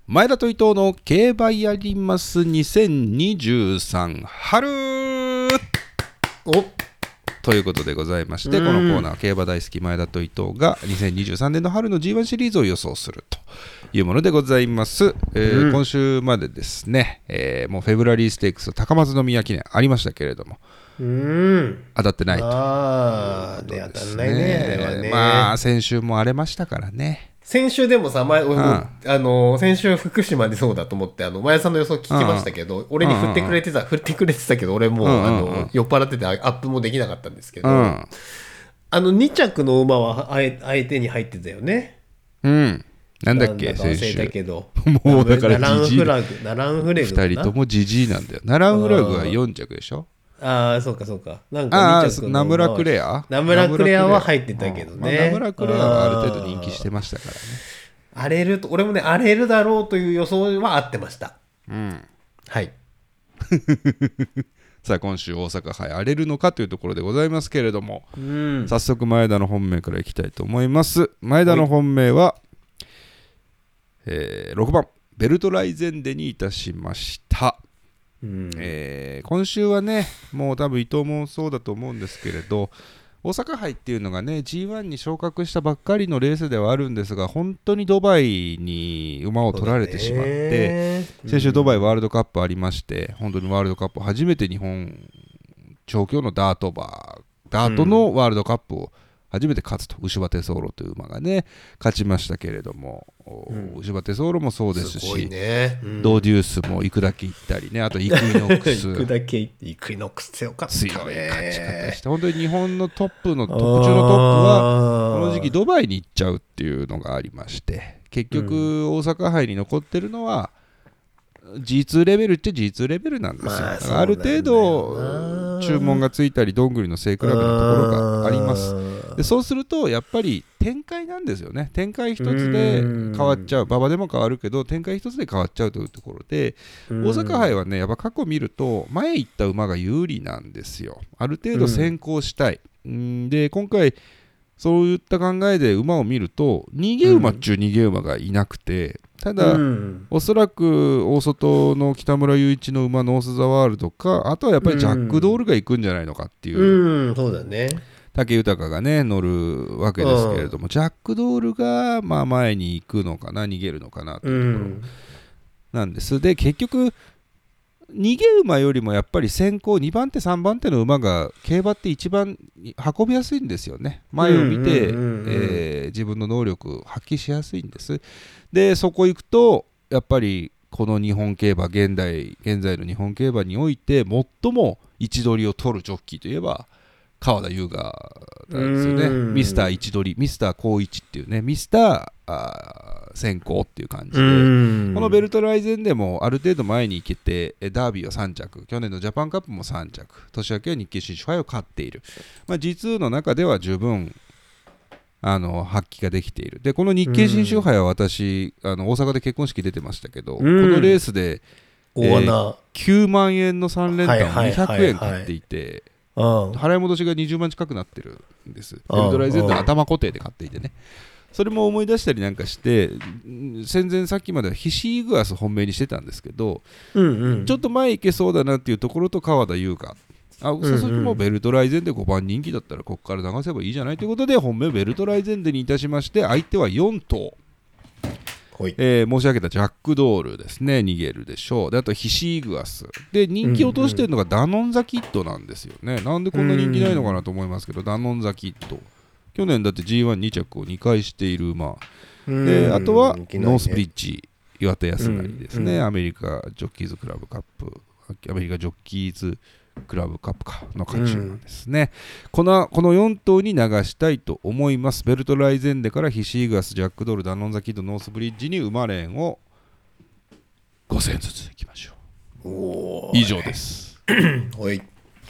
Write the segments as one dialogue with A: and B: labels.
A: 前田と伊藤の競馬やります2023春ということでございまして、このコーナー競馬大好き前田と伊藤が2023年の春の G1 シリーズを予想するというものでございます。今週までですね、もうフェブラリーステークス高松宮記念ありましたけれども、当たってないと。
B: 当たんないね。
A: まあ先週も荒れましたからね。
B: 先週でもさ、先週福島でそうだと思って前田さんの予想聞きましたけど、俺に振ってくれてたけど、俺もう、酔っ払っててアップもできなかったんですけど、2着の馬は相手に入ってたよね。
A: なんだっけ
B: 先週。忘れたけど。
A: もうだから
B: ナランフレグ
A: 2人ともジジイなんだよ。ナランフラグは4着でしょ。
B: ああ、そうか。なんか2着の
A: ナムラクレア
B: は入ってたけどね。
A: ナムラクレアはある程度人気してましたからね。
B: 俺もね、荒れるだろうという予想は合ってました。はい。
A: さあ今週大阪杯荒れるのかというところでございますけれども、早速前田の本命からいきたいと思います。前田の本命は、6番ベルトライゼンデにいたしました。今週はね、もう多分伊藤もそうだと思うんですけれど、大阪杯っていうのがね G1 に昇格したばっかりのレースではあるんですが、本当にドバイに馬を取られてしまって、先週ドバイワールドカップありまして、本当にワールドカップ初めて日本調教のダートのワールドカップを初めて勝つと、牛場テソーロという馬がね勝ちましたけれども、牛場テソーロもそうですし、ドーデュースも行くだけ行ったりね、あとイクイノックス
B: イクイノックス強かったね。
A: 強い勝ち方して、本当に日本のトップ中のトップはこの時期ドバイに行っちゃうっていうのがありまして、結局大阪杯に残ってるのは G2 レベルっちゃ G2 レベルなんですよ。ある程度注文がついたりどんぐりの背比べのところがあります。でそうするとやっぱり展開なんですよね。展開一つで変わっちゃう、馬場でも変わるけど展開一つで変わっちゃうというところで、大阪杯はねやっぱ過去見ると前行った馬が有利なんですよ。ある程度先行したい。で今回そういった考えで馬を見ると逃げ馬っちゅう逃げ馬がいなくて、ただ、おそらく大外の北村雄一の馬ノース・ザ・ワールドか、あとはやっぱりジャック・ドールが行くんじゃないのかっていう、
B: そうだね、
A: 武豊がね乗るわけですけれども、ジャック・ドールがまあ前に行くのかな、逃げるのかなというところなんです。で結局逃げ馬よりもやっぱり先行2番手3番手の馬が競馬って一番運びやすいんですよね。前を見て自分の能力発揮しやすいんです。でそこ行くとやっぱりこの日本競馬現在の日本競馬において最も位置取りを取るジョッキーといえば川田優雅なんですよね。ミスター位置取り、ミスター高一っていうね、ミスター先行っていう感じで、このベルトライゼンでもある程度前に行けて、ダービーは3着、去年のジャパンカップも3着、年明けは日経新種杯を勝っている、G2 の中では十分発揮ができている。でこの日経新種杯は私大阪で結婚式出てましたけど、このレースで、9万円の3連単を200円買っていて、払い戻しが20万近くなってるんです。ベルトライゼンの頭固定で買っていてね、それも思い出したりなんかして、戦前さっきまではヒシイグアス本命にしてたんですけど、ちょっと前行けそうだなっていうところと川田優雅、佐々木もベルトライゼンで5番人気だったらここから流せばいいじゃないということで本命をベルトライゼンでにいたしまして、相手は4頭、申し上げたジャックドールですね、逃げるでしょう。であとヒシイグアスで人気を落としてるのがダノンザキッドなんですよね。なんでこんな人気ないのかなと思いますけど、ダノンザキッド去年だって G12 着を2回している馬で、あとはノースブリッジ岩手康成ですね、アメリカジョッキーズクラブカップ、アメリカジョッキーズクラブカップかの勝ち馬ですね。この4頭に流したいと思います。ベルトライゼンデからヒシイグアス、ジャックドール、ダノンザキッド、ノースブリッジに馬連を5000ずついきましょう。以上です。
B: い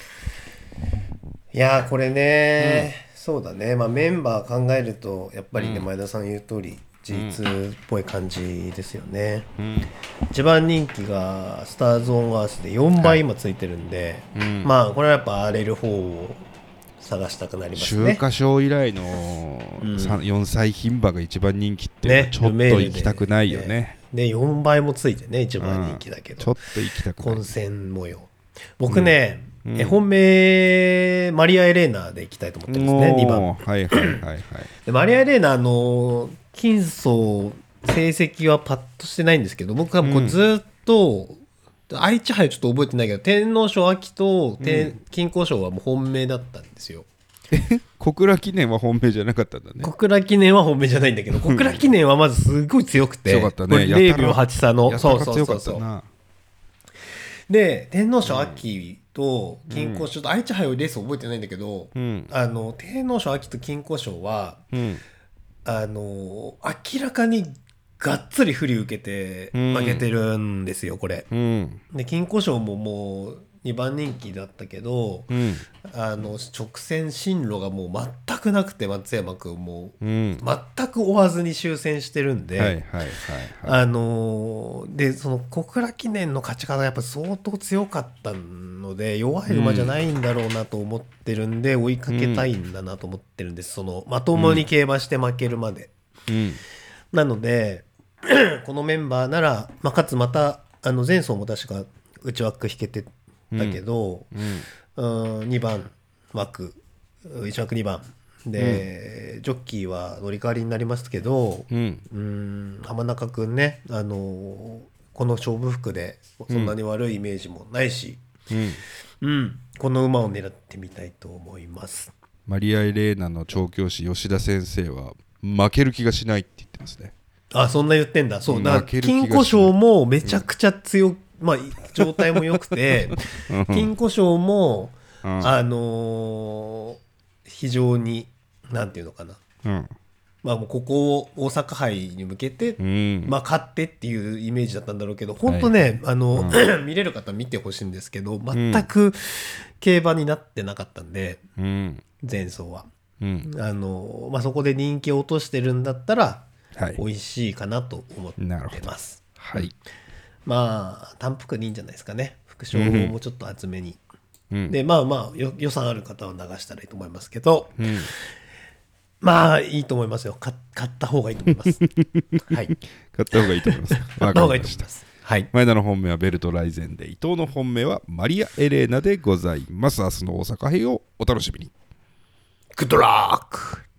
B: やこれね、そうだね、メンバー考えるとやっぱりね、前田さん言う通り G2 っぽい感じですよね。一番人気がスターズ・オン・アースで4倍今ついてるんで、これはやっぱ荒れる方を探したくなりますね。
A: 秋華賞以来の4歳牝馬が一番人気って、ちょっと行きたくないよね。
B: で4倍もついてね一番人気だけど、
A: ちょっと行きたくない。
B: 混戦模様。僕ね、本命マリア・エレーナで行きたいと思ってるんですね、2番。
A: はいはいはいはい。
B: でマリア・エレーナ金層成績はパッとしてないんですけど、僕はこうずっと、愛知杯ちょっと覚えてないけど天皇賞秋と、金庫賞はもう本命だったんですよ。
A: 小倉記念は本命じゃなかったんだね。
B: 小倉記念は本命じゃないんだけど、小倉記念はまずすごい強くて、
A: 強かったね。
B: 0秒8差の。
A: そうそうそうそう。
B: で天皇賞秋と金庫賞と愛知杯はレース覚えてないんだけど、天皇賞秋と金庫賞は、明らかにがっつり不利受けて負けてるんですよこれ。で金庫賞ももう2番人気だったけど、直線進路がもう全くなくて、松山君も全く追わずに終戦してるんで、でその小倉記念の勝ち方がやっぱ相当強かったので弱い馬じゃないんだろうなと思ってるんで、追いかけたいんだなと思ってるんです、そのまともに競馬して負けるまで。なのでこのメンバーなら、かつまた前走も確か内枠引けてだけど、2番枠1枠2番で、ジョッキーは乗り換わりになりますけど、浜中くんね、この勝負服でそんなに悪いイメージもないし、この馬を狙ってみたいと思います。
A: マリア・エレーナの調教師吉田先生は負ける気がしないって言ってますね。
B: あ、そんな言ってんだ。そうだから金庫賞もめちゃくちゃ強く、状態も良くて金庫賞も、非常になんていうのかな、もうここを大阪杯に向けて、勝ってっていうイメージだったんだろうけど、本当ね、見れる方見てほしいんですけど、全く競馬になってなかったんで、前走は、そこで人気を落としてるんだったら、美味しいかなと思ってます。
A: はい。
B: 単福でいいんじゃないですかね。副賞もちょっと厚めに。で予算ある方は流したらいいと思いますけど、いいと思いますよ。買った方がいいと思います。はい。
A: 買った方がいいと思います。
B: 買った方がいいと思います。はい。
A: 前田の本命はベルトライゼンで、伊藤の本命はマリア・エレーナでございます。明日の大阪杯をお楽しみに。
B: グッドラック。